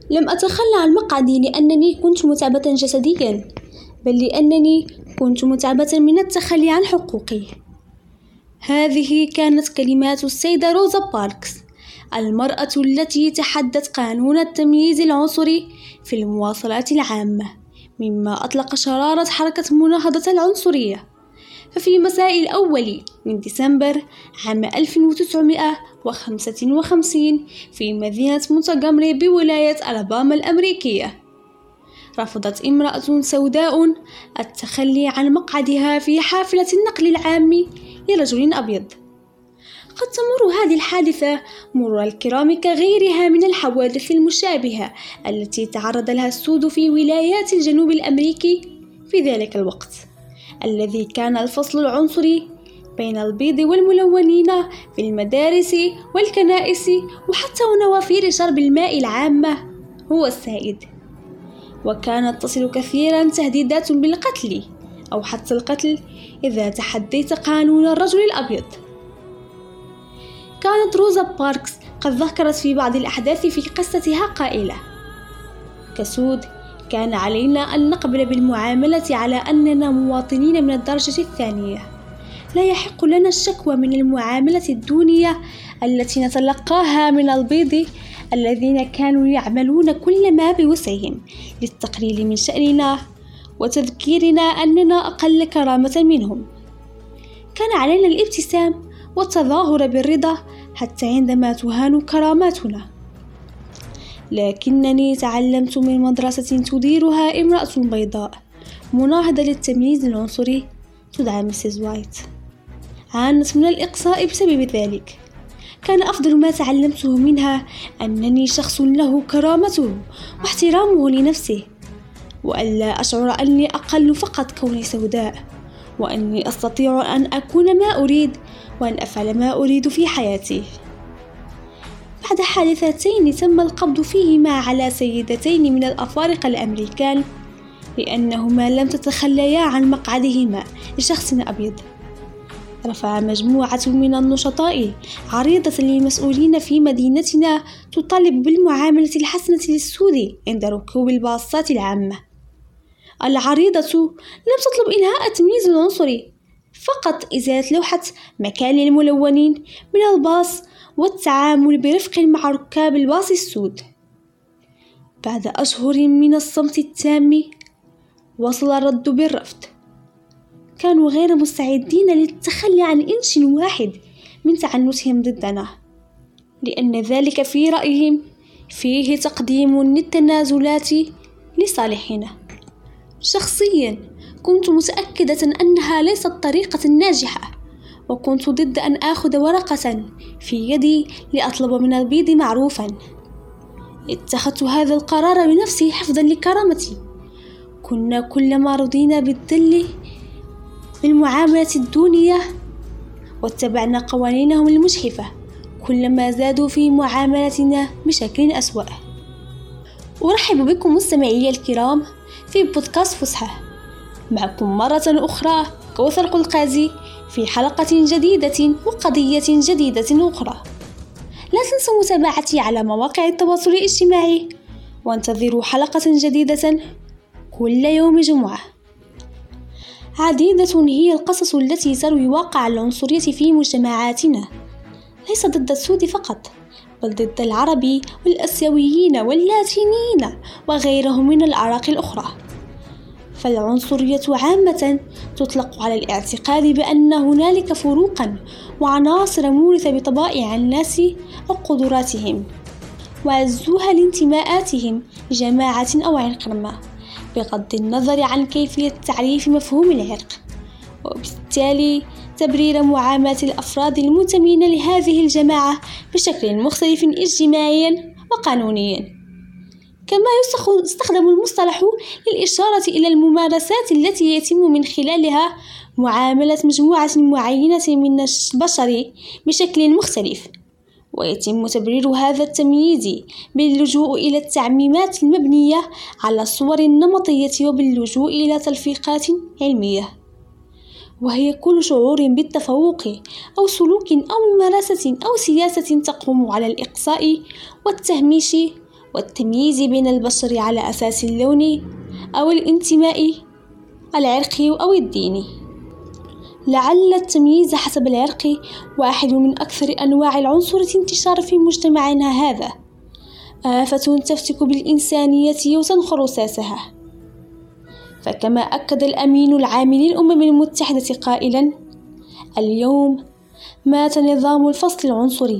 لم أتخلى عن مقعدي لأنني كنت متعبة جسديا، بل لأنني كنت متعبة من التخلي عن حقوقي. هذه كانت كلمات السيدة روزا باركس، المرأة التي تحدت قانون التمييز العنصري في المواصلات العامة، مما أطلق شرارة حركة مناهضة العنصرية. ففي مساء الأول من ديسمبر عام 1955 في مدينة مونتغومري بولاية ألاباما الأمريكية، رفضت امرأة سوداء التخلي عن مقعدها في حافلة النقل العام لرجل أبيض. قد تمر هذه الحادثة مرور الكرام كغيرها من الحوادث المشابهة التي تعرض لها السود في ولايات الجنوب الأمريكي في ذلك الوقت، الذي كان الفصل العنصري بين البيض والملونين في المدارس والكنائس وحتى ونوافير شرب الماء العامة هو السائد. وكانت تصل كثيرا تهديدات بالقتل أو حتى القتل إذا تحديت قانون الرجل الأبيض. كانت روزا باركس قد ذكرت في بعض الأحداث في قصتها قائلة: كسود كان علينا أن نقبل بالمعاملة على أننا مواطنين من الدرجة الثانية، لا يحق لنا الشكوى من المعاملة الدونية التي نتلقاها من البيض الذين كانوا يعملون كل ما بوسعهم للتقليل من شأننا وتذكيرنا أننا أقل كرامة منهم. كان علينا الابتسام والتظاهر بالرضا حتى عندما تهان كراماتنا. لكنني تعلمت من مدرسة تديرها امرأة بيضاء مناهضة للتمييز العنصري تدعى مسز وايت. عانت من الإقصاء بسبب ذلك. كان أفضل ما تعلمته منها أنني شخص له كرامته واحترامه لنفسه، وألا أشعر أني أقل فقط كوني سوداء، وأني أستطيع أن أكون ما أريد وأن أفعل ما أريد في حياتي. بعد حادثتين تم القبض فيهما على سيدتين من الأفارقة الأمريكان لأنهما لم تتخليا عن مقعدهما لشخص أبيض، رفع مجموعة من النشطاء عريضة للمسؤولين في مدينتنا تطالب بالمعاملة الحسنة للسود عند ركوب الباصات العامة. العريضة لم تطلب إنهاء التمييز العنصري، فقط إزالة لوحة مكان الملونين من الباص والتعامل برفق مع ركاب الباص السود. بعد أشهر من الصمت التام وصل الرد بالرفض. كانوا غير مستعدين للتخلي عن إنش واحد من تعنتهم ضدنا، لأن ذلك في رأيهم فيه تقديم للتنازلات لصالحنا. شخصيا كنت متأكدة أنها ليست طريقة ناجحة، وكنت ضد أن آخذ ورقة في يدي لأطلب من البيض معروفا. اتخذت هذا القرار بنفسي حفظا لكرامتي. كنا كلما رضينا بالذل بالمعاملة الدونية واتبعنا قوانينهم المجحفة كلما زادوا في معاملتنا بشكل أسوأ. أرحب بكم مستمعي الكرام في بودكاست فسحة، معكم مرة أخرى كوثر قلقازي في حلقة جديدة وقضية جديدة أخرى. لا تنسوا متابعتي على مواقع التواصل الاجتماعي، وانتظروا حلقة جديدة كل يوم جمعة. عديدة هي القصص التي تروي واقع العنصرية في مجتمعاتنا، ليس ضد السود فقط، بل ضد العرب والآسيويين واللاتينيين وغيرهم من الأعراق الأخرى. فالعنصرية عامة تطلق على الاعتقاد بأن هنالك فروقا وعناصر مورثة بطبائع الناس أو قدراتهم، وعزوها لانتماءاتهم لجماعة أو عرق ما، بغض النظر عن كيفية تعريف مفهوم العرق، وبالتالي تبرير معاملة الأفراد المنتمين لهذه الجماعة بشكل مختلف اجتماعيا وقانونيا. كما يستخدم المصطلح للإشارة إلى الممارسات التي يتم من خلالها معاملة مجموعة معينة من البشر بشكل مختلف، ويتم تبرير هذا التمييز باللجوء إلى التعميمات المبنية على الصور النمطية وباللجوء إلى تلفيقات علمية، وهي كل شعور بالتفوق أو سلوك أو ممارسة أو سياسة تقوم على الإقصاء والتهميش والتمييز بين البشر على أساس اللون أو الانتماء العرقي أو الديني. لعل التمييز حسب العرق واحد من أكثر أنواع العنصرية انتشارا في مجتمعنا هذا، آفة تفتك بالإنسانية وتنخر ساسها. فكما أكد الأمين العام للأمم المتحدة قائلا: اليوم مات نظام الفصل العنصري،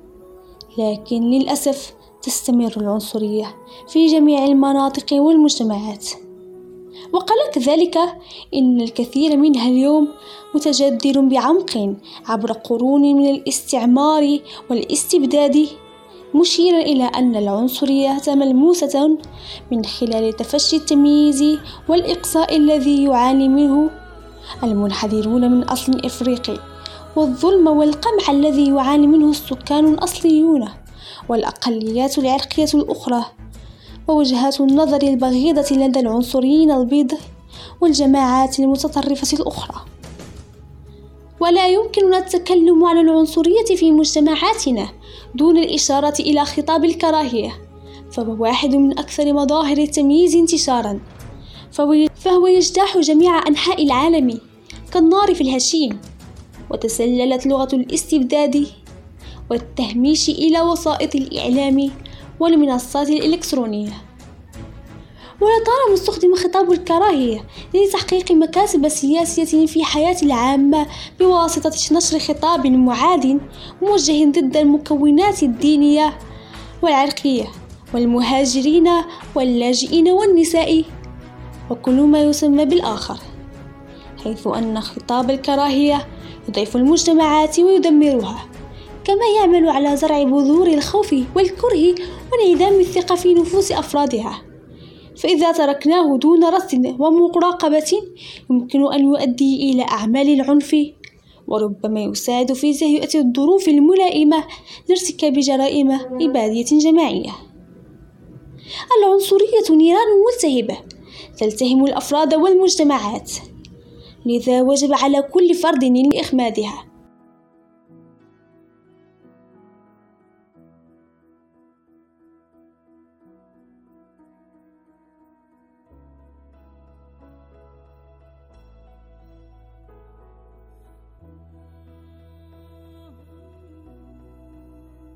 لكن للأسف تستمر العنصرية في جميع المناطق والمجتمعات. وقال كذلك إن الكثير منها اليوم متجذر بعمق عبر قرون من الاستعمار والاستبداد، مشيرا إلى أن العنصرية ملموسة من خلال تفشي التمييز والإقصاء الذي يعاني منه المنحدرون من أصل إفريقي، والظلم والقمع الذي يعاني منه السكان الأصليون والأقليات العرقية الأخرى، ووجهات النظر البغيضة لدى العنصريين البيض والجماعات المتطرفة الأخرى. ولا يمكننا التكلم عن العنصرية في مجتمعاتنا دون الإشارة إلى خطاب الكراهية، فهو واحد من أكثر مظاهر التمييز انتشارا، فهو يجتاح جميع أنحاء العالم كالنار في الهشيم. وتسللت لغة الاستبداد والتهميش إلى وسائط الإعلام والمنصات الإلكترونية، ولطالما استخدم خطاب الكراهية لتحقيق مكاسب سياسية في حياة العامة بواسطة نشر خطاب معاد موجه ضد المكونات الدينية والعرقية والمهاجرين واللاجئين والنساء وكل ما يسمى بالآخر، حيث أن خطاب الكراهية يضعف المجتمعات ويدمرها، كما يعمل على زرع بذور الخوف والكره وانعدام الثقة في نفوس أفرادها. فإذا تركناه دون رصد ومراقبة يمكن أن يؤدي إلى أعمال العنف، وربما يساعد في تهيئة الظروف الملائمة لارتكاب جرائم إبادية جماعية. العنصرية نيران ملتهبة تلتهم الأفراد والمجتمعات، لذا وجب على كل فرد إخمادها